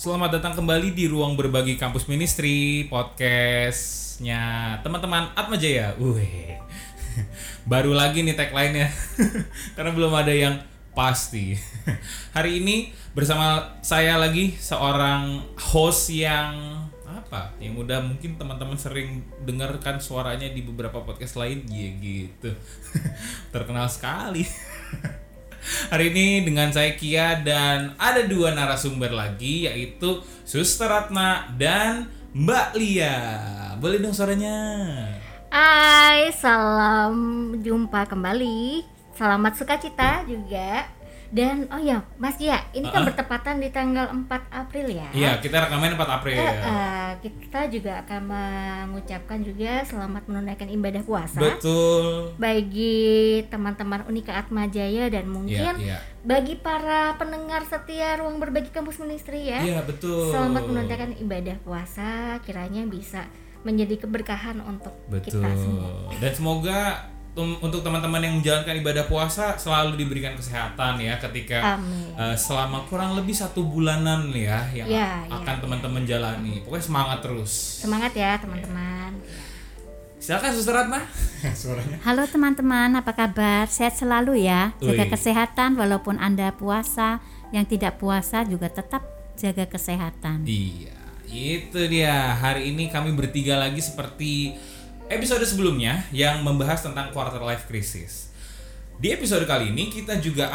Selamat datang kembali di Ruang Berbagi Kampus Ministry, podcastnya teman-teman Atma Jaya. Baru lagi nih tagline-nya, karena belum ada yang pasti. Hari ini bersama saya lagi seorang host yang udah mungkin teman-teman sering dengarkan suaranya di beberapa podcast lain, gitu. Terkenal sekali. Hari ini dengan saya Kia dan ada dua narasumber lagi, yaitu Suster Ratna dan Mbak Lia. Boleh dong suaranya? Hai, salam jumpa kembali. Selamat sukacita juga. Dan oh ya, Mas Gia, ini kan bertepatan di tanggal 4 April ya. Iya, kita rekaman 4 April. Kita juga akan mengucapkan juga selamat menunaikan ibadah puasa. Betul. Bagi teman-teman Unika Atma Jaya dan mungkin Iya. bagi para pendengar setia Ruang Berbagi Kampus Ministry ya. Iya, betul. Selamat menunaikan ibadah puasa, kiranya bisa menjadi keberkahan untuk kita semua. Dan semoga untuk teman-teman yang menjalankan ibadah puasa selalu diberikan kesehatan ya ketika selama kurang lebih 1 bulanan ya yang akan teman-teman jalani. Pokoknya semangat terus. Semangat ya teman-teman. Silakan Suster Ratna. Suaranya. Halo teman-teman, apa kabar? Sehat selalu ya. Jaga kesehatan walaupun Anda puasa, yang tidak puasa juga tetap jaga kesehatan. Iya, itu dia. Hari ini kami bertiga lagi seperti episode sebelumnya yang membahas tentang quarter life crisis. Di episode kali ini kita juga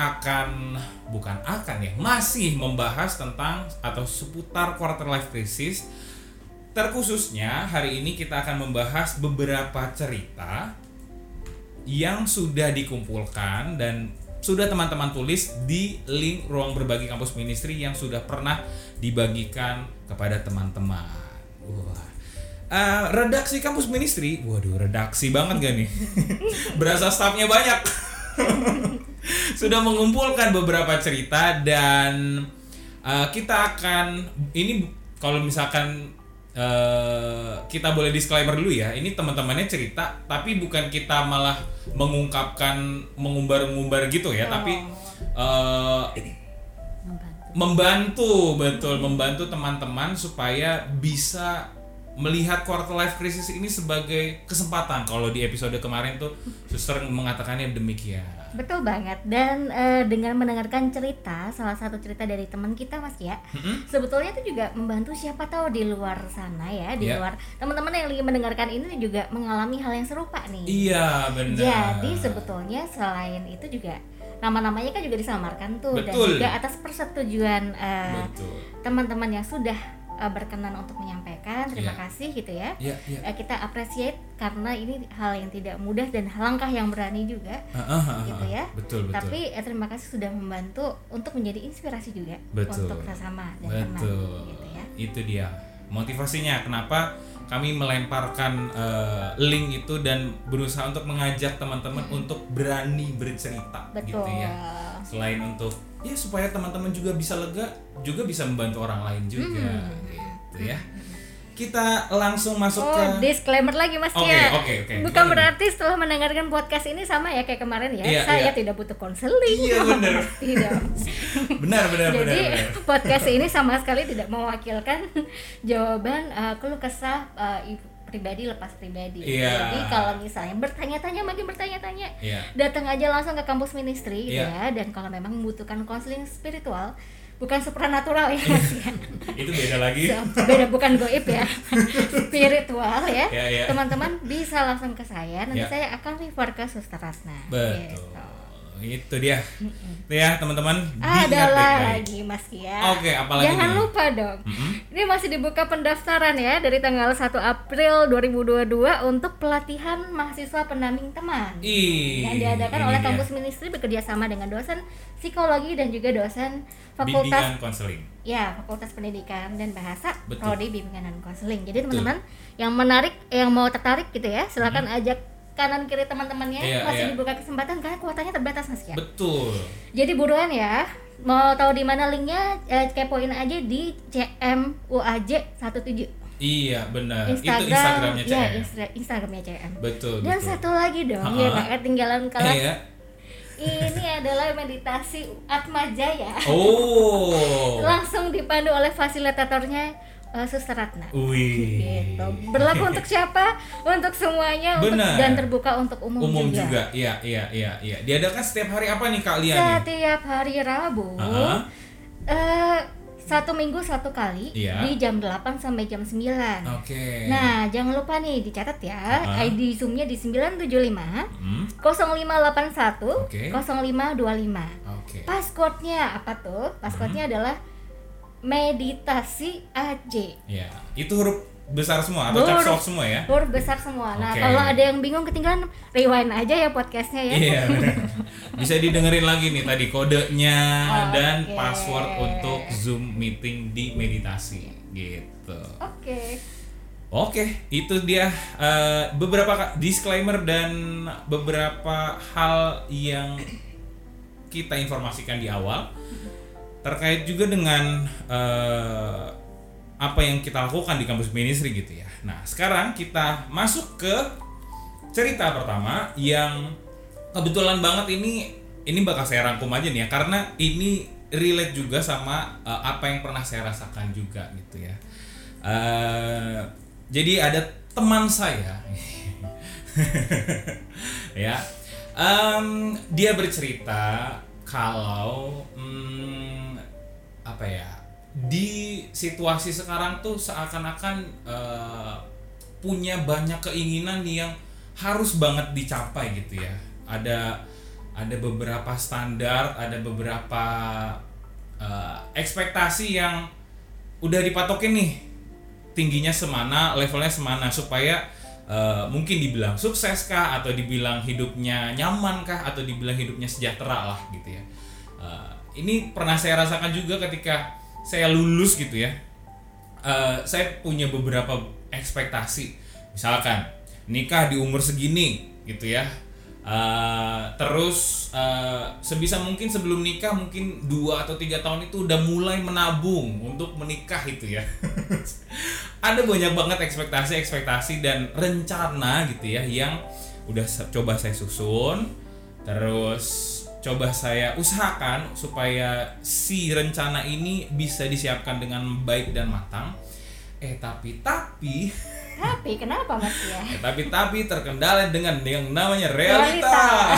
masih membahas tentang atau seputar quarter life crisis. Terkhususnya hari ini kita akan membahas beberapa cerita yang sudah dikumpulkan dan sudah teman-teman tulis di link Ruang Berbagi Kampus Ministry yang sudah pernah dibagikan kepada teman-teman. Redaksi Kampus Ministry, redaksi banget gak nih? Berasa staffnya banyak. Sudah mengumpulkan beberapa cerita dan kita akan, ini kalau misalkan kita boleh disclaimer dulu ya, ini teman-temannya cerita, tapi bukan kita malah mengumbar gitu ya, tapi membantu teman-teman supaya bisa melihat quarter life crisis ini sebagai kesempatan. Kalau di episode kemarin tuh Suster mengatakannya demikian. Betul banget. Dan dengan mendengarkan cerita, salah satu cerita dari teman kita Mas ya, sebetulnya itu juga membantu siapa tahu di luar sana ya, di luar teman-teman yang lagi mendengarkan ini juga mengalami hal yang serupa nih. Iya, benar. Jadi sebetulnya selain itu juga nama-namanya kan juga disamarkan tuh. Betul. Dan juga atas persetujuan teman-teman yang sudah berkenan untuk menyampaikan, terima kasih gitu ya. Kita appreciate karena ini hal yang tidak mudah dan langkah yang berani juga, gitu ya. Betul. Tapi terima kasih sudah membantu untuk menjadi inspirasi juga untuk sesama dan teman, gitu ya. Itu dia motivasinya kenapa kami melemparkan link itu dan berusaha untuk mengajak teman-teman untuk berani bercerita, gitu ya. Selain untuk supaya teman-teman juga bisa lega, juga bisa membantu orang lain juga, gitu ya. Kita langsung masuk ke disclaimer lagi Mas Kia. Oke. Bukan berarti setelah mendengarkan podcast ini sama ya kayak kemarin ya. Saya tidak butuh konseling. Iya benar. Tidak. benar. Jadi podcast ini sama sekali tidak mewakilkan jawaban keluh kesah pribadi lepas pribadi. Jadi kalau misalnya bertanya-tanya, datang aja langsung ke kampus ministry gitu ya. Dan kalau memang membutuhkan konseling spiritual, bukan supranatural ya Mas ya. Itu beda lagi. Beda, bukan goib ya. Spiritual ya. Teman-teman bisa langsung ke saya, nanti saya akan refer ke Suster Ratna. Betul. Gitu. Itu dia. Itu ya teman-teman. Ada lagi Mas Kia. Oke, apalagi jangan lupa dong. Ini masih dibuka pendaftaran ya dari tanggal 1 April 2022 untuk pelatihan mahasiswa pendamping teman. Yang diadakan oleh Kampus Ministry bekerjasama dengan dosen psikologi dan juga dosen fakultas bimbingan konseling. Ya, Fakultas Pendidikan dan Bahasa, Prodi Bimbingan dan Konseling. Jadi teman-teman yang mau tertarik gitu ya, silakan ajak kanan kiri teman-temannya, masih dibuka kesempatan karena kuotanya terbatas Mas ya. Betul. Jadi buruan ya. Mau tahu di mana linknya, kepoin aja di CMUAJ17. Iya benar. Itu Instagramnya CM. Instagramnya CM. Betul. Dan satu lagi dong, ya nggak ketinggalan kalah. Ini adalah meditasi Atma Jaya. Oh. Langsung dipandu oleh fasilitatornya Suster Ratna. Wih. Gitu. Berlaku untuk siapa? Untuk semuanya. Dan terbuka untuk umum juga. Iya. Diadakan setiap hari apa nih Kak Lia? Setiap hari Rabu. 1 minggu 1 kali di jam 8 sampai jam 9. Oke. Nah, jangan lupa nih dicatat ya. ID Zoom-nya di 975 0581 0525. Passcode-nya apa tuh? Passcode-nya adalah meditasi AJ. Ya, itu huruf besar semua atau caps lock semua ya? Huruf besar semua. Nah, kalau ada yang bingung ketinggalan, rewind aja ya podcastnya ya. Iya, bisa didengerin lagi nih tadi kodenya dan password untuk Zoom meeting di meditasi gitu. Oke, itu dia beberapa disclaimer dan beberapa hal yang kita informasikan di awal terkait juga dengan apa yang kita lakukan di kampus ministry gitu ya. Nah, sekarang kita masuk ke cerita pertama yang kebetulan banget ini bakal saya rangkum aja nih ya, karena ini relate juga sama apa yang pernah saya rasakan juga gitu ya. Jadi ada teman saya ya, dia bercerita kalau apa ya, di situasi sekarang tuh seakan-akan punya banyak keinginan yang harus banget dicapai gitu ya. Ada beberapa standar, ada beberapa ekspektasi yang udah dipatokin nih, tingginya semana, levelnya semana, supaya mungkin dibilang sukses kah, atau dibilang hidupnya nyaman kah, atau dibilang hidupnya sejahtera lah gitu ya. Ini pernah saya rasakan juga ketika saya lulus gitu ya. Saya punya beberapa ekspektasi, misalkan nikah di umur segini gitu ya. Terus sebisa mungkin sebelum nikah mungkin 2 atau 3 tahun itu udah mulai menabung untuk menikah gitu ya. Ada banyak banget ekspektasi dan rencana gitu ya yang udah coba saya susun, terus coba saya usahakan supaya si rencana ini bisa disiapkan dengan baik dan matang. Tapi kenapa Mas ya? Tapi terkendala dengan yang namanya realita.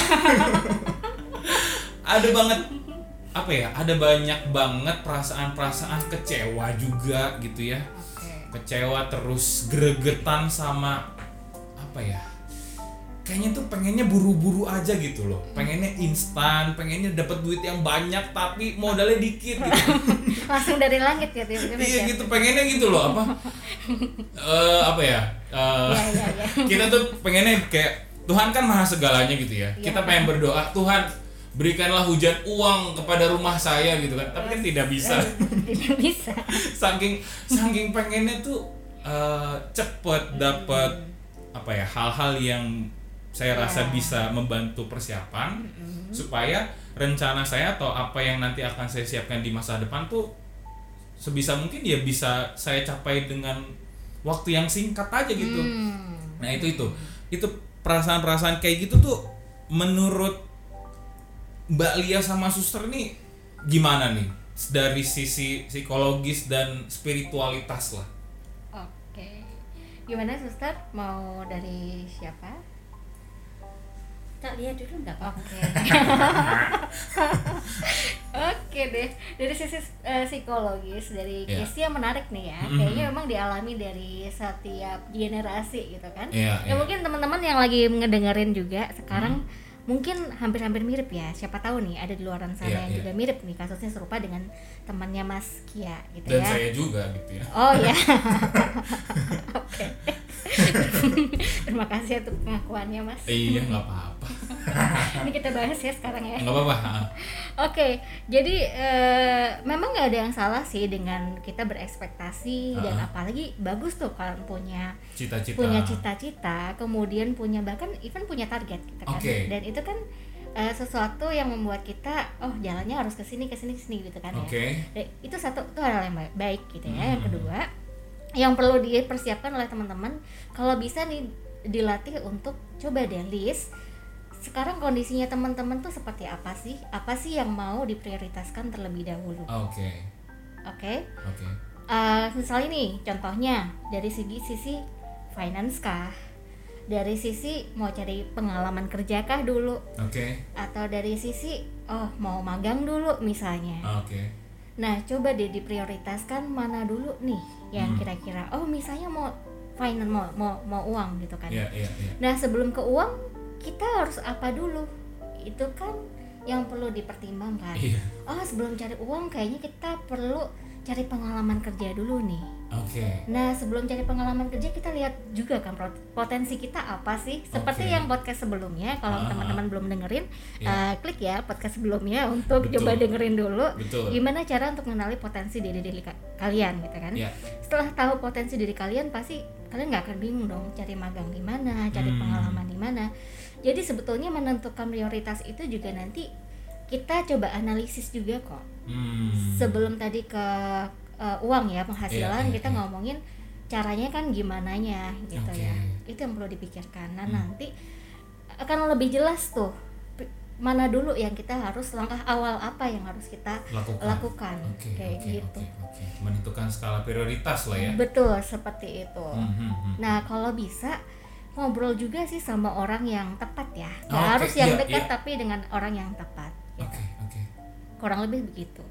Ada banyak banget perasaan kecewa juga gitu ya. Kecewa terus gregetan sama apa ya? Kayaknya tuh pengennya buru-buru aja gitu loh. Pengennya instan, pengennya dapat duit yang banyak tapi modalnya dikit gitu. Langsung dari langit ya. Iya gitu, pengennya gitu loh kita tuh pengennya kayak Tuhan kan maha segalanya gitu ya. Kita pengen berdoa, Tuhan berikanlah hujan uang kepada rumah saya gitu kan. Tapi kan tidak bisa. Tidak bisa. Saking pengennya tuh cepet dapat hal-hal yang saya rasa bisa membantu persiapan supaya rencana saya atau apa yang nanti akan saya siapkan di masa depan tuh sebisa mungkin ya bisa saya capai dengan waktu yang singkat aja gitu. Nah itu perasaan-perasaan kayak gitu tuh menurut Mbak Lia sama Suster nih gimana nih dari sisi psikologis dan spiritualitas lah? Oke, gimana Suster, mau dari siapa? Tak lihat dulu nggak apa-apa. Oke deh, dari sisi psikologis dari case yang menarik nih ya. Kayaknya memang dialami dari setiap generasi gitu kan. Mungkin teman-teman yang lagi ngedengerin juga sekarang mungkin hampir-hampir mirip ya. Siapa tahu nih ada di luaran sana yang juga mirip nih, kasusnya serupa dengan temannya Mas Kia gitu. Dan ya. Dan saya juga gitu ya. Oh ya. Oke. Terima kasih untuk pengakuannya Mas. Iya, nggak apa-apa. Ini kita bahas ya sekarang ya. Nggak apa-apa. Oke, jadi memang nggak ada yang salah sih dengan kita berekspektasi dan apalagi bagus tuh kalau punya cita-cita, kemudian punya bahkan even punya target kita kan. Dan itu kan sesuatu yang membuat kita jalannya harus ke sini gitu kan ya. Dan itu satu tuh hal yang baik gitu ya. Yang kedua, yang perlu dipersiapkan oleh teman-teman, kalau bisa nih dilatih untuk coba deh list sekarang kondisinya teman-teman tuh seperti apa sih? Apa sih yang mau diprioritaskan terlebih dahulu? Oke. Misalnya nih, contohnya dari sisi finance kah? Dari sisi mau cari pengalaman kerja kah dulu? Atau dari sisi mau magang dulu misalnya? Nah, coba deh diprioritaskan mana dulu nih yang kira-kira misalnya mau finance, mau uang gitu kan. Nah, sebelum ke uang kita harus apa dulu? Itu kan yang perlu dipertimbangkan. Sebelum cari uang kayaknya kita perlu cari pengalaman kerja dulu nih. Nah, sebelum cari pengalaman kerja kita lihat juga kan potensi kita apa sih? Seperti yang podcast sebelumnya, kalau teman-teman belum dengerin, klik ya podcast sebelumnya untuk coba dengerin dulu. Gimana cara untuk mengenali potensi diri kalian gitu kan? Setelah tahu potensi diri kalian, pasti kalian nggak akan bingung dong cari magang di mana, cari pengalaman di mana. Jadi sebetulnya menentukan prioritas itu juga nanti kita coba analisis juga kok. Sebelum tadi ke uang ya, penghasilan, kita ngomongin caranya kan gimananya gitu ya. Itu yang perlu dipikirkan. Nah, nanti akan lebih jelas tuh mana dulu yang kita harus, langkah awal apa yang harus kita lakukan. Gitu. Menentukan skala prioritas lah ya. Betul, seperti itu. Nah, kalau bisa ngobrol juga sih sama orang yang tepat ya. Nggak harus yang dekat, tapi dengan orang yang tepat. Gitu. Kurang lebih begitu.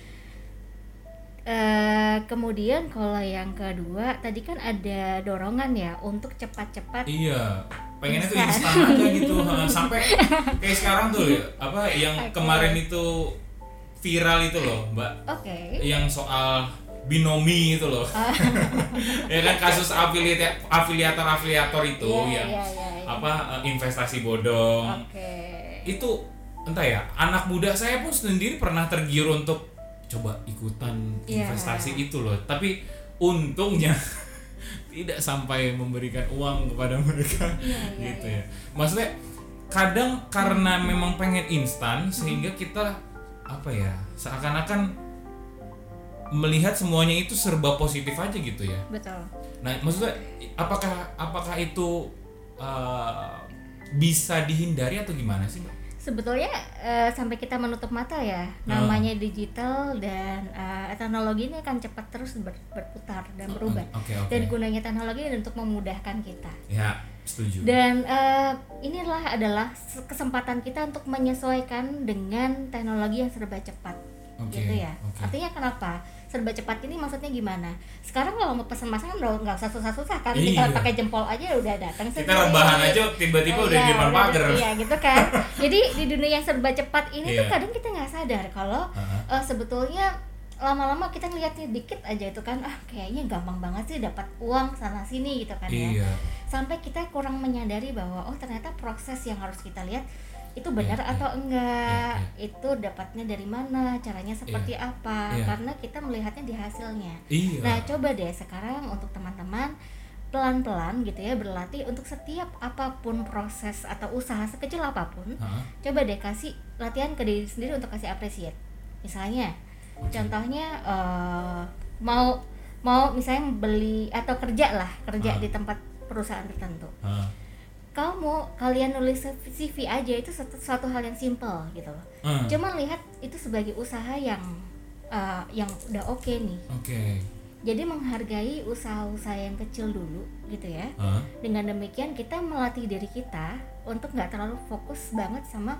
Kemudian kalau yang kedua tadi kan ada dorongan ya untuk cepat-cepat. Pengennya tuh instan aja gitu. Sampai kayak sekarang tuh yang kemarin itu viral itu loh, Mbak. Yang soal binomi itu loh. Ya kan, kasus afiliator itu investasi bodong. Itu entah ya, anak muda saya pun sendiri pernah tergiur untuk coba ikutan investasi itu loh, tapi untungnya tidak sampai memberikan uang kepada mereka gitu ya. Maksudnya kadang karena memang pengen instan sehingga kita seakan-akan melihat semuanya itu serba positif aja gitu ya. Betul. Nah, maksudnya apakah itu bisa dihindari atau gimana sih, Mbak? Sebetulnya sampai kita menutup mata ya, namanya digital dan teknologi ini akan cepat terus berputar dan berubah. Dan gunanya teknologi untuk memudahkan kita. Ya, setuju. Dan inilah adalah kesempatan kita untuk menyesuaikan dengan teknologi yang serba cepat. Gitu ya. Artinya kenapa? Serba cepat ini maksudnya gimana? Sekarang kalau mau pesan masakan nggak usah susah-susah kan, kita pakai jempol aja udah datang. Kita rebahan aja tiba-tiba udah di depan pagar. Iya gitu kan. Jadi di dunia yang serba cepat ini tuh kadang kita nggak sadar kalau sebetulnya lama-lama kita ngeliatnya dikit aja itu kan, kayaknya gampang banget sih dapat uang sana sini gitu kan ya. Sampai kita kurang menyadari bahwa ternyata proses yang harus kita lihat itu benar atau enggak, itu dapatnya dari mana, caranya seperti apa, karena kita melihatnya di hasilnya. Nah, coba deh sekarang untuk teman-teman pelan-pelan gitu ya, berlatih untuk setiap apapun proses atau usaha sekecil apapun, coba deh kasih latihan ke diri sendiri untuk kasih appreciate. Misalnya, contohnya mau misalnya beli atau kerja di tempat perusahaan tertentu. Kalian nulis CV aja itu suatu hal yang simple gitu loh. Cuma lihat itu sebagai usaha yang udah oke nih. Jadi menghargai usaha-usaha yang kecil dulu gitu ya. Dengan demikian kita melatih diri kita untuk nggak terlalu fokus banget sama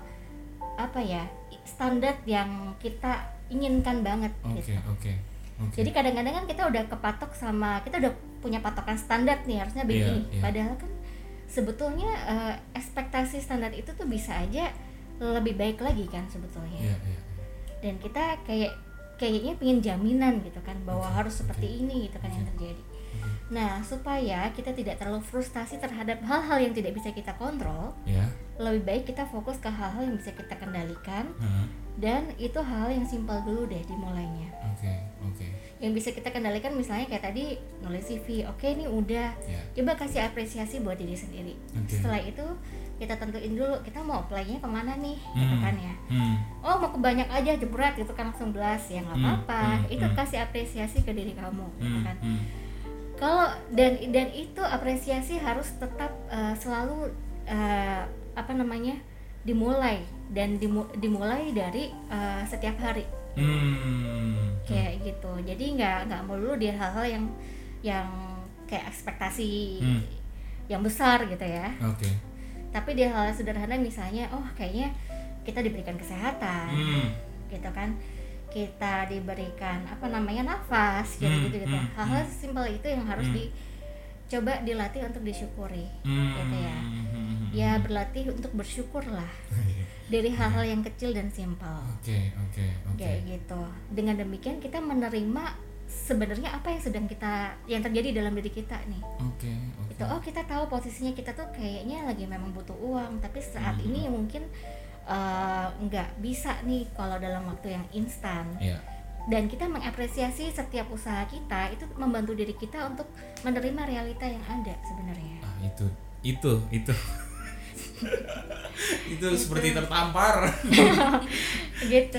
standar yang kita inginkan banget gitu. Jadi kadang-kadang kan kita udah kepatok kita udah punya patokan standar nih, harusnya begini. Padahal kan sebetulnya ekspektasi standar itu tuh bisa aja lebih baik lagi kan sebetulnya. Dan kita kayaknya pengen jaminan gitu kan bahwa harus seperti ini gitu kan yang terjadi. Nah, supaya kita tidak terlalu frustasi terhadap hal-hal yang tidak bisa kita kontrol, lebih baik kita fokus ke hal-hal yang bisa kita kendalikan. Dan itu hal yang simpel dulu deh dimulainya. Yang bisa kita kendalikan misalnya kayak tadi nulis CV, nih udah. Coba kasih apresiasi buat diri sendiri. Setelah itu kita tentuin dulu kita mau apply-nya kemana nih, gitu kan ya. Mau ke banyak aja jebret gitu kan langsung blast ya nggak apa-apa. Itu kasih apresiasi ke diri kamu, gitu kan. Kalau dan itu apresiasi harus tetap selalu dimulai dari setiap hari. Kayak gitu. Jadi nggak melulu di hal-hal yang kayak ekspektasi yang besar gitu ya. Tapi di hal sederhana misalnya, kayaknya kita diberikan kesehatan, gitu kan, kita diberikan nafas, gitu. Hal-hal simpel itu yang harus dicoba dilatih untuk disyukuri, gitu ya. Ya berlatih untuk bersyukurlah dari hal-hal yang kecil dan simpel. Kayak gitu. Dengan demikian kita menerima sebenarnya apa yang terjadi dalam diri kita nih. Itu kita tahu posisinya kita tuh kayaknya lagi memang butuh uang, tapi saat ini mungkin nggak bisa nih kalau dalam waktu yang instan. Dan kita mengapresiasi setiap usaha kita itu membantu diri kita untuk menerima realita yang ada sebenarnya. Itu seperti tertampar. Gitu.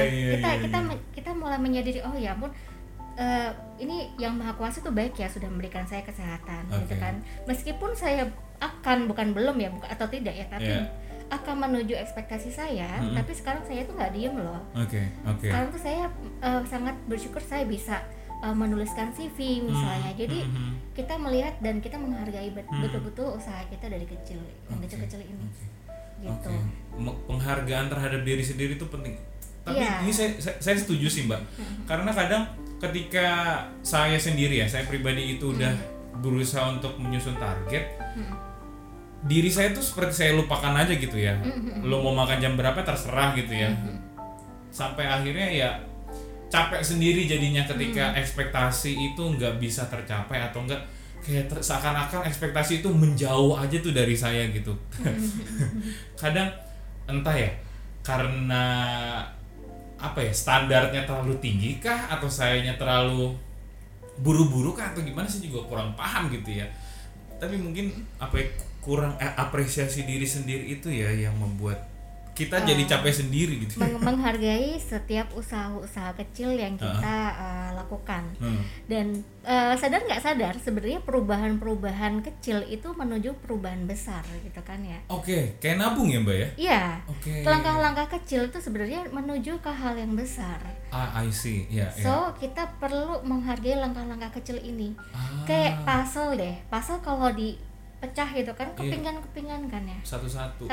Kita mulai menyadari, oh ya ampun, ini yang Maha Kuasa tuh baik ya, sudah memberikan saya kesehatan, gitu kan. Meskipun saya bukan belum ya, atau tidak ya, tapi akan menuju ekspektasi saya, tapi sekarang saya tuh nggak diem loh. Sekarang tuh saya sangat bersyukur saya bisa menuliskan CV misalnya. Jadi kita melihat dan kita menghargai betul-betul usaha kita dari kecil, yang kecil-kecil ini. Gitu. Penghargaan terhadap diri sendiri itu penting. Tapi ini saya setuju sih Mbak. Karena kadang ketika saya sendiri saya pribadi itu udah berusaha untuk menyusun target, diri saya tuh seperti saya lupakan aja gitu ya. Lo mau makan jam berapa terserah gitu ya. Sampai akhirnya ya capek sendiri jadinya ketika ekspektasi itu nggak bisa tercapai, atau enggak kayak seakan-akan ekspektasi itu menjauh aja tuh dari saya gitu. Kadang entah ya karena standarnya terlalu tinggi kah, atau sayanya terlalu buru-buru kah, atau gimana sih, juga kurang paham gitu ya. Tapi mungkin kurang apresiasi diri sendiri itu ya yang membuat kita jadi capek sendiri gitu. Menghargai setiap usaha-usaha kecil yang kita lakukan. Dan sadar nggak sadar sebenarnya perubahan-perubahan kecil itu menuju perubahan besar gitu kan ya. Kayak nabung ya Mbak ya? Iya. Langkah-langkah kecil itu sebenarnya menuju ke hal yang besar. I see. So kita perlu menghargai langkah-langkah kecil ini. Kayak puzzle deh. Puzzle kalau pecah gitu kan, kepingan kan ya, satu-satu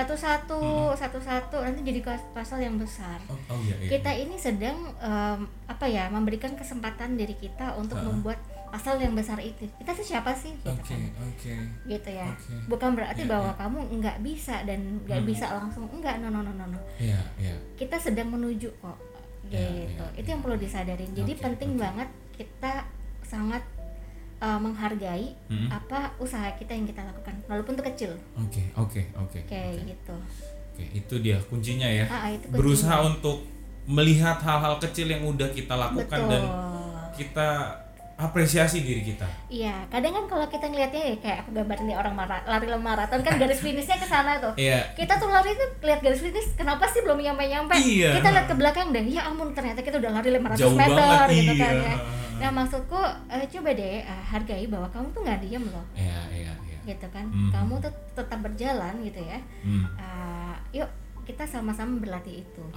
nanti jadi puzzle yang besar. Kita ini sedang memberikan kesempatan diri kita untuk membuat puzzle yang besar itu. Kita tuh siapa sih gitu kan, gitu ya. Bukan berarti bahwa kamu nggak bisa dan nggak bisa langsung, enggak, no. Kita sedang menuju kok, gitu. Itu yang perlu disadarin. Jadi penting banget kita sangat menghargai apa usaha kita yang kita lakukan, walaupun itu kecil. Kayak gitu. Itu dia kuncinya ya. Itu kuncinya. Berusaha untuk melihat hal-hal kecil yang udah kita lakukan. Betul. Dan kita apresiasi diri kita. Iya, kadang kan kalau kita ngelihatnya kayak aku gambarin nih orang lari maraton kan garis finishnya ke sana tuh. Kita tuh lari tuh lihat garis finish, kenapa sih belum nyampe? Kita lihat ke belakang deh, ya ampun ternyata kita udah lari 500 jauh meter banget, gitu kan ya. Nah maksudku coba deh hargai bahwa kamu tuh nggak diem loh. Gitu kan, kamu tuh tetap berjalan gitu ya. Yuk kita sama-sama berlatih itu.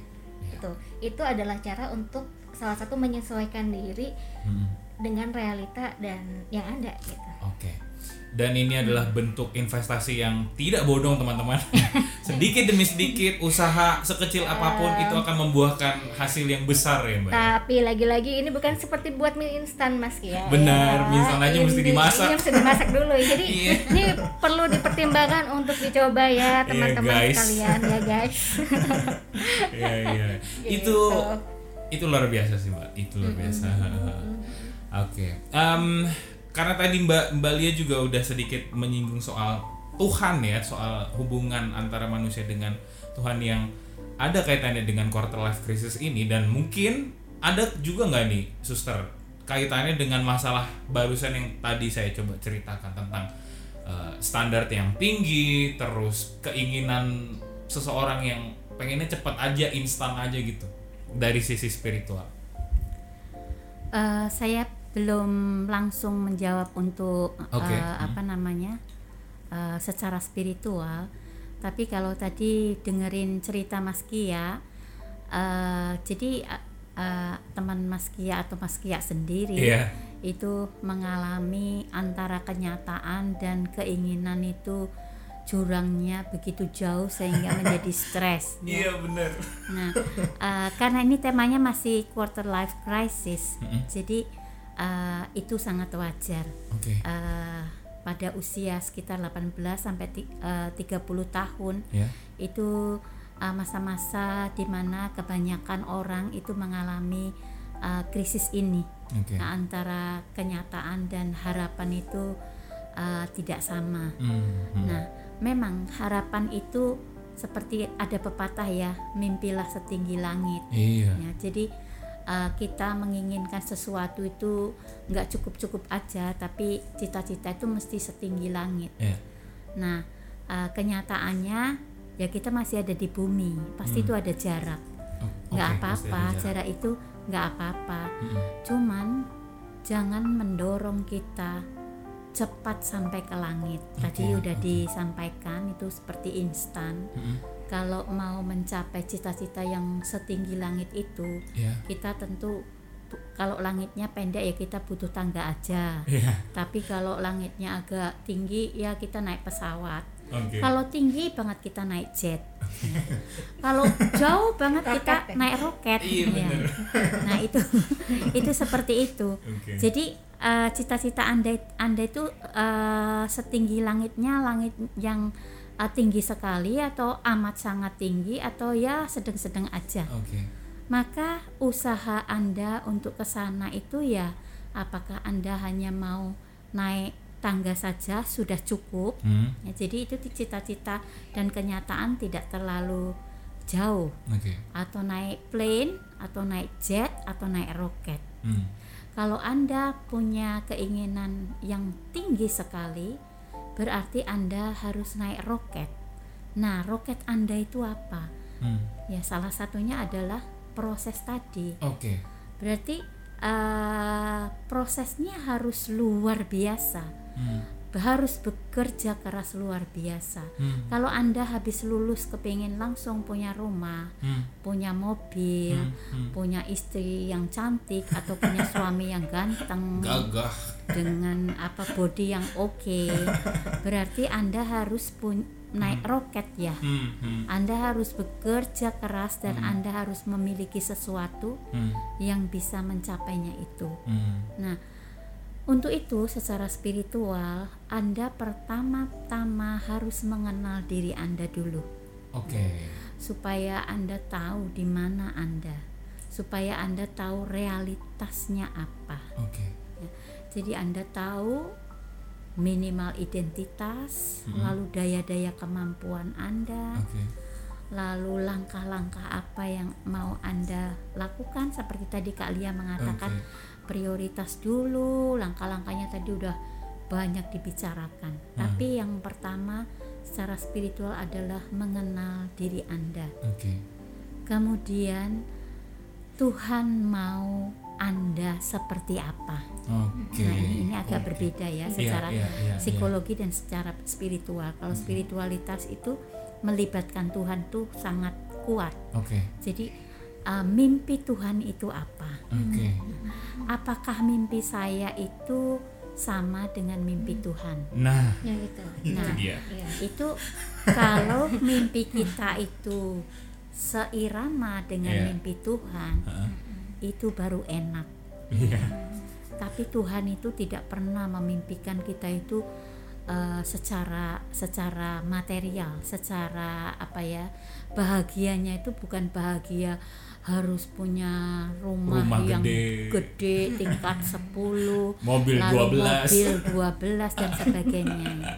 Itu adalah cara untuk salah satu menyesuaikan diri dengan realita dan yang ada gitu. Dan ini adalah bentuk investasi yang tidak bodong teman-teman. Sedikit demi sedikit usaha sekecil apapun itu akan membuahkan hasil yang besar ya Mbak. Tapi lagi-lagi ini bukan seperti buat mie instan Mas ya. Benar, mie instan aja mesti dimasak. Ini mesti dimasak dulu. Jadi ini perlu dipertimbangkan untuk dicoba ya teman-teman sekalian ya guys. Gitu. Itu luar biasa sih Mbak. Itu luar biasa. Karena tadi Mbak Lia juga udah sedikit menyinggung soal Tuhan ya, soal hubungan antara manusia dengan Tuhan yang ada kaitannya dengan quarter life crisis ini, dan mungkin ada juga nggak nih Suster kaitannya dengan masalah barusan yang tadi saya coba ceritakan tentang standar yang tinggi, terus keinginan seseorang yang pengennya cepat aja, instan aja gitu dari sisi spiritual. Saya belum langsung menjawab untuk secara spiritual, Tapi kalau tadi dengerin cerita Mas Kia, jadi teman Mas Kia atau Mas Kia sendiri itu mengalami antara kenyataan dan keinginan itu jurangnya begitu jauh sehingga menjadi stres. Iya benar. Nah, karena ini temanya masih quarter life crisis, jadi itu sangat wajar. Pada usia sekitar 18 sampai 30 tahun itu masa-masa di mana kebanyakan orang itu mengalami krisis ini. Antara kenyataan dan harapan itu tidak sama. Nah, memang harapan itu seperti ada pepatah ya, mimpilah setinggi langit. Ya, jadi kita menginginkan sesuatu itu nggak cukup aja, tapi cita-cita itu mesti setinggi langit. Nah, kenyataannya ya kita masih ada di bumi, pasti itu ada jarak. Nggak apa-apa, jarak itu nggak apa-apa. Cuman jangan mendorong kita cepat sampai ke langit. Tadi udah disampaikan itu seperti instan. Kalau mau mencapai cita-cita yang setinggi langit itu, kita tentu kalau langitnya pendek ya kita butuh tangga aja. Tapi kalau langitnya agak tinggi ya kita naik pesawat. Kalau tinggi banget kita naik jet. Kalau jauh banget kita naik roket. Nah itu seperti itu. Jadi cita-cita anda itu setinggi langitnya, langit yang tinggi sekali atau amat sangat tinggi atau ya sedang-sedang aja. Maka usaha Anda untuk ke sana itu ya apakah Anda hanya mau naik tangga saja sudah cukup. Ya, jadi itu cita-cita dan kenyataan tidak terlalu jauh. Atau naik plane atau naik jet atau naik roket. Kalau Anda punya keinginan yang tinggi sekali, berarti Anda harus naik roket. Nah, roket Anda itu apa? Ya, salah satunya adalah proses tadi. Berarti prosesnya harus luar biasa. Harus bekerja keras luar biasa. Kalau Anda habis lulus kepingin langsung punya rumah, punya mobil, punya istri yang cantik atau punya suami yang ganteng, gagah, dengan body yang oke, berarti Anda harus naik roket ya. Anda harus bekerja keras dan Anda harus memiliki sesuatu yang bisa mencapainya itu. Nah, untuk itu secara spiritual Anda pertama-tama harus mengenal diri Anda dulu. Supaya Anda tahu di mana Anda, supaya Anda tahu realitasnya apa. Ya, jadi Anda tahu minimal identitas, lalu daya-daya kemampuan Anda, lalu langkah-langkah apa yang mau Anda lakukan. Seperti tadi Kak Lia mengatakan prioritas dulu, langkah-langkahnya tadi udah banyak dibicarakan. Tapi yang pertama secara spiritual adalah mengenal diri Anda. Kemudian Tuhan mau Anda seperti apa. Nah ini agak berbeda ya secara psikologi dan secara spiritual. Kalau spiritualitas itu melibatkan Tuhan tuh sangat kuat. Jadi mimpi Tuhan itu apa? Apakah mimpi saya itu sama dengan mimpi Tuhan? Nah, itu kalau mimpi kita itu seirama dengan mimpi Tuhan, itu baru enak. Tapi Tuhan itu tidak pernah memimpikan kita itu secara material, secara bahagianya itu bukan bahagia harus punya rumah yang gede tingkat 10, mobil 12 dan sebagainya.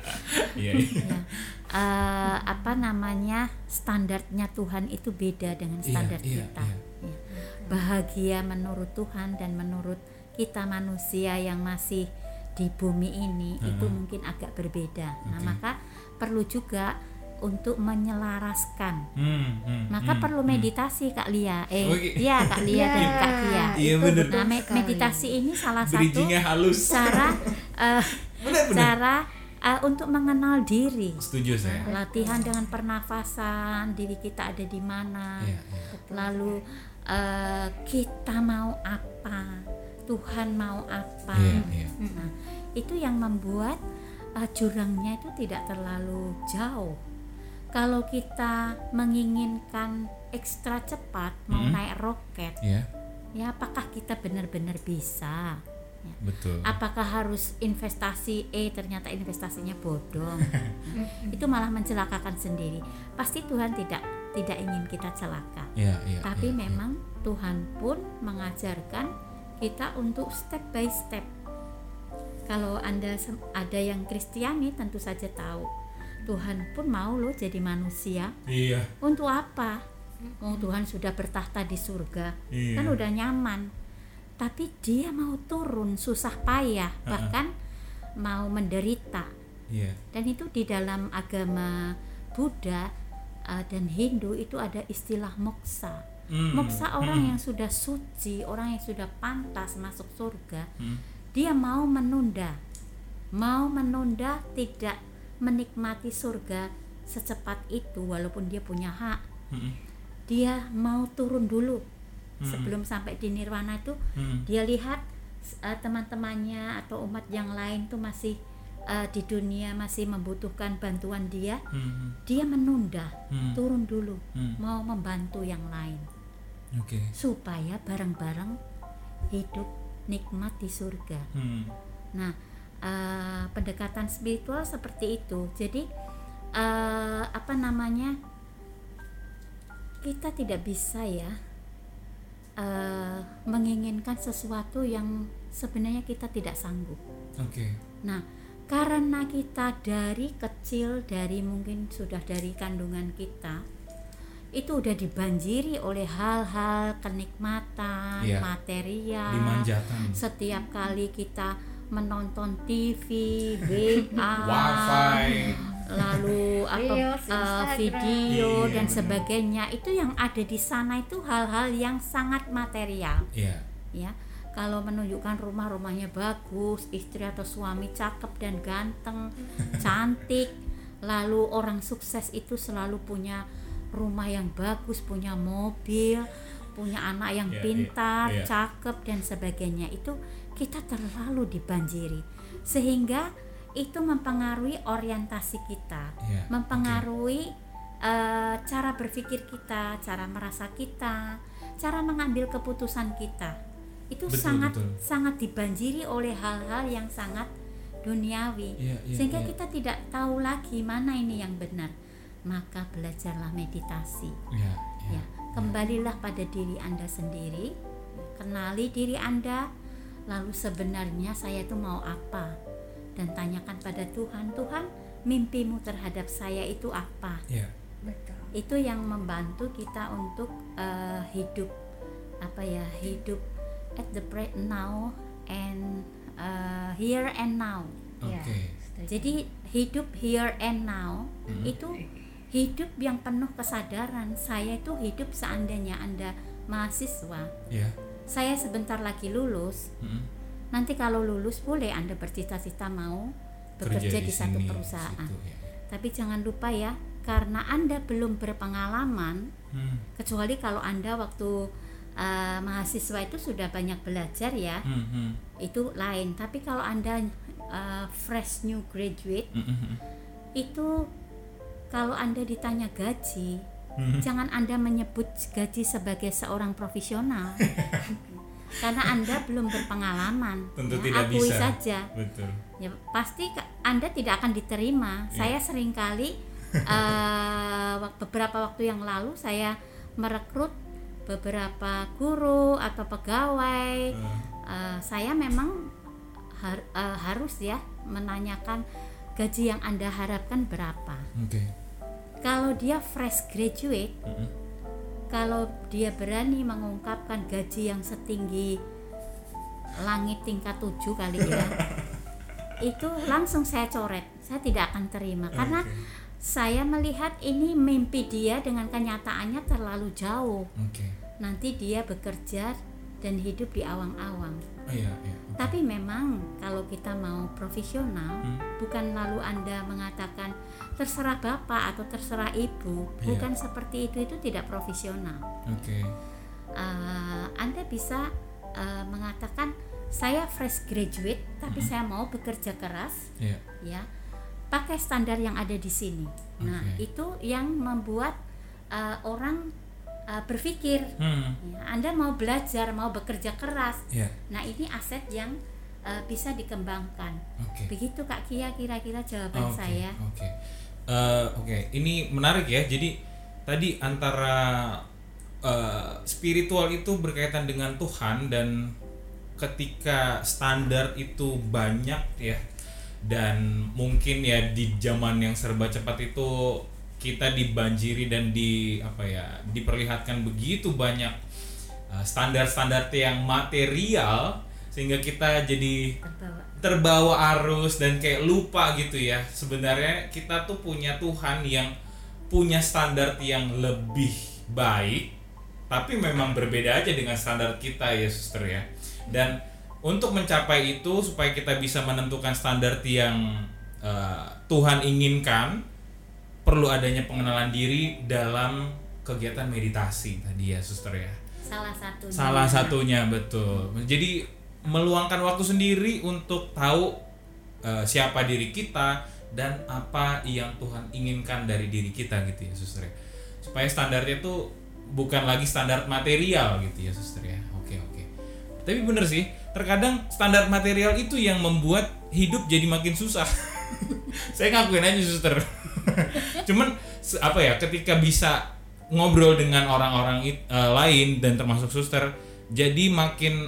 Standarnya Tuhan itu beda dengan standar kita. Bahagia menurut Tuhan dan menurut kita manusia yang masih di bumi ini itu mungkin agak berbeda. Nah, maka perlu juga untuk menyelaraskan. Maka perlu meditasi Kak Lia. Kak Lia dan Kak Kia. Nah, meditasi ini salah satu cara untuk mengenal diri. Setuju saya. Latihan dengan pernafasan, diri kita ada di mana. Lalu kita mau apa, Tuhan mau apa. Nah, itu yang membuat jurangnya itu tidak terlalu jauh. Kalau kita menginginkan ekstra cepat, mau naik roket, ya apakah kita benar-benar bisa? Ya. Betul. Apakah harus investasi ternyata investasinya bodong? Itu malah mencelakakan sendiri. Pasti Tuhan tidak ingin kita celaka. Tapi memang Tuhan pun mengajarkan kita untuk step by step. Kalau Anda ada yang Kristiani tentu saja tahu Tuhan pun mau loh jadi manusia. Untuk apa? Tuhan sudah bertahta di surga, kan udah nyaman. Tapi dia mau turun susah payah, bahkan mau menderita. Dan itu di dalam agama Buddha dan Hindu itu ada istilah moksa. Moksa orang yang sudah suci, orang yang sudah pantas masuk surga. Dia mau menunda tidak menikmati surga secepat itu, walaupun dia punya hak. Dia mau turun dulu sebelum sampai di nirwana itu. Dia lihat teman-temannya atau umat yang lain tuh masih di dunia masih membutuhkan bantuan dia. Dia menunda, turun dulu, mau membantu yang lain, supaya bareng-bareng hidup nikmat di surga. Nah, pendekatan spiritual seperti itu. Jadi kita tidak bisa ya menginginkan sesuatu yang sebenarnya kita tidak sanggup. Nah, karena kita dari kecil, dari mungkin sudah dari kandungan kita itu udah dibanjiri oleh hal-hal kenikmatan material. Dimanjakan. Setiap kali kita menonton TV, WA, Wifi, lalu video dan sebagainya, itu yang ada di sana itu hal-hal yang sangat material. Ya, kalau menunjukkan rumahnya bagus, istri atau suami cakep dan ganteng, cantik, lalu orang sukses itu selalu punya rumah yang bagus, punya mobil, punya anak yang pintar, cakep dan sebagainya, itu kita terlalu dibanjiri sehingga itu mempengaruhi orientasi kita, mempengaruhi cara berpikir kita, cara merasa kita, cara mengambil keputusan kita. Itu sangat dibanjiri oleh hal-hal yang sangat duniawi, sehingga kita tidak tahu lagi mana ini yang benar. Maka belajarlah meditasi. Kembalilah pada diri Anda sendiri, kenali diri Anda. Lalu sebenarnya saya itu mau apa, dan tanyakan pada Tuhan, Tuhan, mimpimu terhadap saya itu apa? Betul. Itu yang membantu kita untuk hidup at the present now and here and now. Jadi hidup here and now itu hidup yang penuh kesadaran. Saya itu hidup seandainya Anda mahasiswa. Saya sebentar lagi lulus. Nanti kalau lulus boleh Anda bercita-cita mau bekerja di satu perusahaan. Tapi jangan lupa ya, karena Anda belum berpengalaman, kecuali kalau Anda waktu mahasiswa itu sudah banyak belajar ya, itu lain. Tapi kalau Anda fresh new graduate, itu kalau Anda ditanya gaji, jangan Anda menyebut gaji sebagai seorang profesional. Karena Anda belum berpengalaman. Tentu tidak akui bisa. Saja. Betul. Ya, pasti Anda tidak akan diterima. Saya seringkali beberapa waktu yang lalu saya merekrut beberapa guru atau pegawai. Saya memang harus ya menanyakan gaji yang Anda harapkan berapa. Kalau dia fresh graduate, kalau dia berani mengungkapkan gaji yang setinggi langit tingkat 7 kali ya, itu langsung saya coret. Saya tidak akan terima karena saya melihat ini mimpi dia dengan kenyataannya terlalu jauh. Nanti dia bekerja dan hidup di awang-awang. Okay. Tapi memang kalau kita mau profesional, bukan lalu Anda mengatakan terserah bapak atau terserah ibu, bukan seperti itu tidak profesional. Okay. Anda bisa mengatakan saya fresh graduate, tapi saya mau bekerja keras, ya, pakai standar yang ada di sini. Nah, itu yang membuat orang berpikir, ya, Anda mau belajar, mau bekerja keras. Nah, ini aset yang bisa dikembangkan. Begitu Kak Kia kira-kira jawaban saya. Oke, ini menarik ya. Jadi tadi antara spiritual itu berkaitan dengan Tuhan, dan ketika standar itu banyak ya, dan mungkin ya di zaman yang serba cepat itu kita dibanjiri dan diperlihatkan begitu banyak standar-standar yang material, sehingga kita jadi terbawa arus dan kayak lupa gitu ya. Sebenarnya kita tuh punya Tuhan yang punya standar yang lebih baik, tapi memang berbeda aja dengan standar kita ya suster ya. Dan untuk mencapai itu, supaya kita bisa menentukan standar yang Tuhan inginkan, perlu adanya pengenalan diri dalam kegiatan meditasi tadi ya suster ya. Salah satunya betul. Jadi meluangkan waktu sendiri untuk tahu siapa diri kita dan apa yang Tuhan inginkan dari diri kita gitu ya suster ya. Supaya standarnya tuh bukan lagi standar material gitu ya suster ya. Oke. Tapi bener sih, terkadang standar material itu yang membuat hidup jadi makin susah. Saya ngakuin aja suster. Cuman ketika bisa ngobrol dengan orang-orang lain dan termasuk suster, jadi makin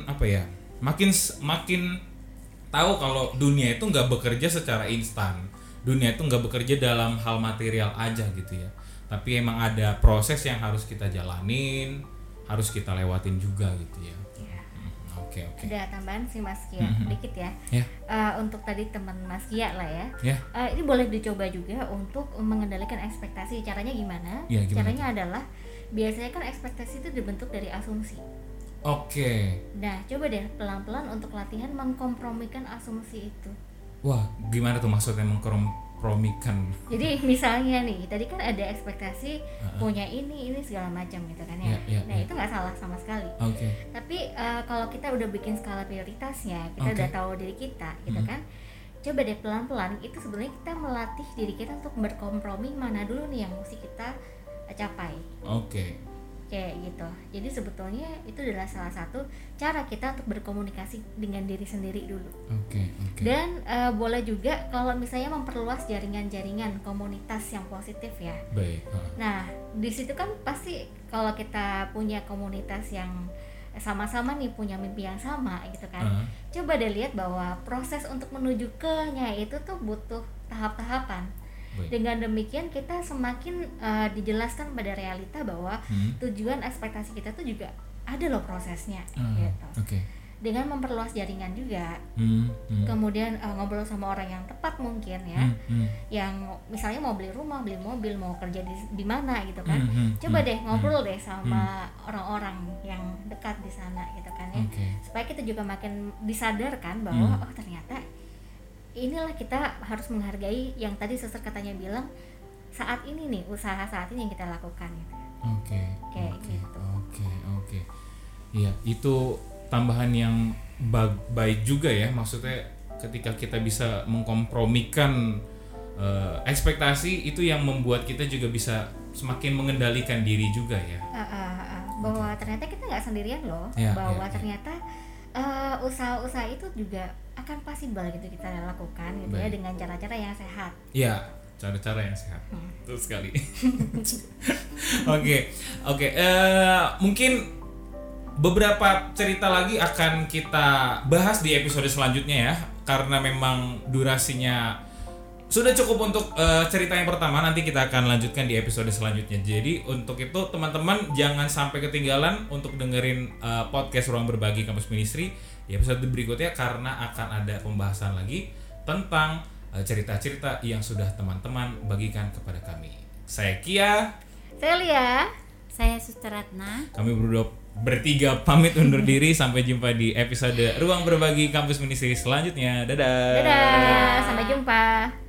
makin tahu kalau dunia itu nggak bekerja secara instan. Dunia itu nggak bekerja dalam hal material aja gitu ya. Tapi emang ada proses yang harus kita jalanin, harus kita lewatin juga gitu ya. Oke. Ada tambahan sih Mas Kia, dikit ya. Untuk tadi teman Mas Kia lah ya. Ini boleh dicoba juga untuk mengendalikan ekspektasi. Caranya gimana? Caranya adalah biasanya kan ekspektasi itu dibentuk dari asumsi. Nah, coba deh pelan-pelan untuk latihan mengkompromikan asumsi itu. Wah, gimana tuh maksudnya mengkompromikan? Jadi misalnya nih, tadi kan ada ekspektasi punya ini segala macam gitu kan ya. Itu nggak salah sama sekali. Tapi kalau kita udah bikin skala prioritasnya, kita udah tahu diri kita gitu kan. Coba deh pelan-pelan itu sebenarnya kita melatih diri kita untuk berkompromi mana dulu nih yang mesti kita capai. Kayak gitu. Jadi sebetulnya itu adalah salah satu cara kita untuk berkomunikasi dengan diri sendiri dulu. Dan boleh juga kalau misalnya memperluas jaringan-jaringan komunitas yang positif ya. Nah, di situ kan pasti kalau kita punya komunitas yang sama-sama nih punya mimpi yang sama gitu kan. Coba deh lihat bahwa proses untuk menuju ke-nya itu tuh butuh tahap-tahapan. Dengan demikian kita semakin dijelaskan pada realita bahwa tujuan ekspektasi kita tuh juga ada loh prosesnya gitu. Dengan memperluas jaringan juga, kemudian ngobrol sama orang yang tepat mungkin ya, yang misalnya mau beli rumah, beli mobil, mau kerja di mana gitu kan. Coba deh ngobrol deh sama orang-orang yang dekat di sana gitu kan ya, supaya kita juga makin disadarkan bahwa oh ternyata inilah kita harus menghargai yang tadi suster katanya bilang saat ini nih, usaha saat ini yang kita lakukan gitu. Oke. Iya, itu tambahan yang baik juga ya, maksudnya ketika kita bisa mengkompromikan ekspektasi itu yang membuat kita juga bisa semakin mengendalikan diri juga ya. Bahwa ternyata kita nggak sendirian loh, ternyata usaha-usaha itu juga akan possible gitu kita lakukan gitu ya, dengan cara-cara yang sehat. Iya, cara-cara yang sehat. Betul sekali. Oke. Mungkin beberapa cerita lagi akan kita bahas di episode selanjutnya ya, karena memang durasinya sudah cukup untuk cerita yang pertama. Nanti kita akan lanjutkan di episode selanjutnya. Jadi untuk itu teman-teman jangan sampai ketinggalan untuk dengerin podcast Ruang Berbagi Kampus Ministry di episode berikutnya, karena akan ada pembahasan lagi tentang cerita-cerita yang sudah teman-teman bagikan kepada kami. Saya Kia, saya Lia, saya Suster Ratna. Kami berdua bertiga pamit undur diri. Sampai jumpa di episode Ruang Berbagi Kampus Ministry selanjutnya. Dadah. Dadah, sampai jumpa.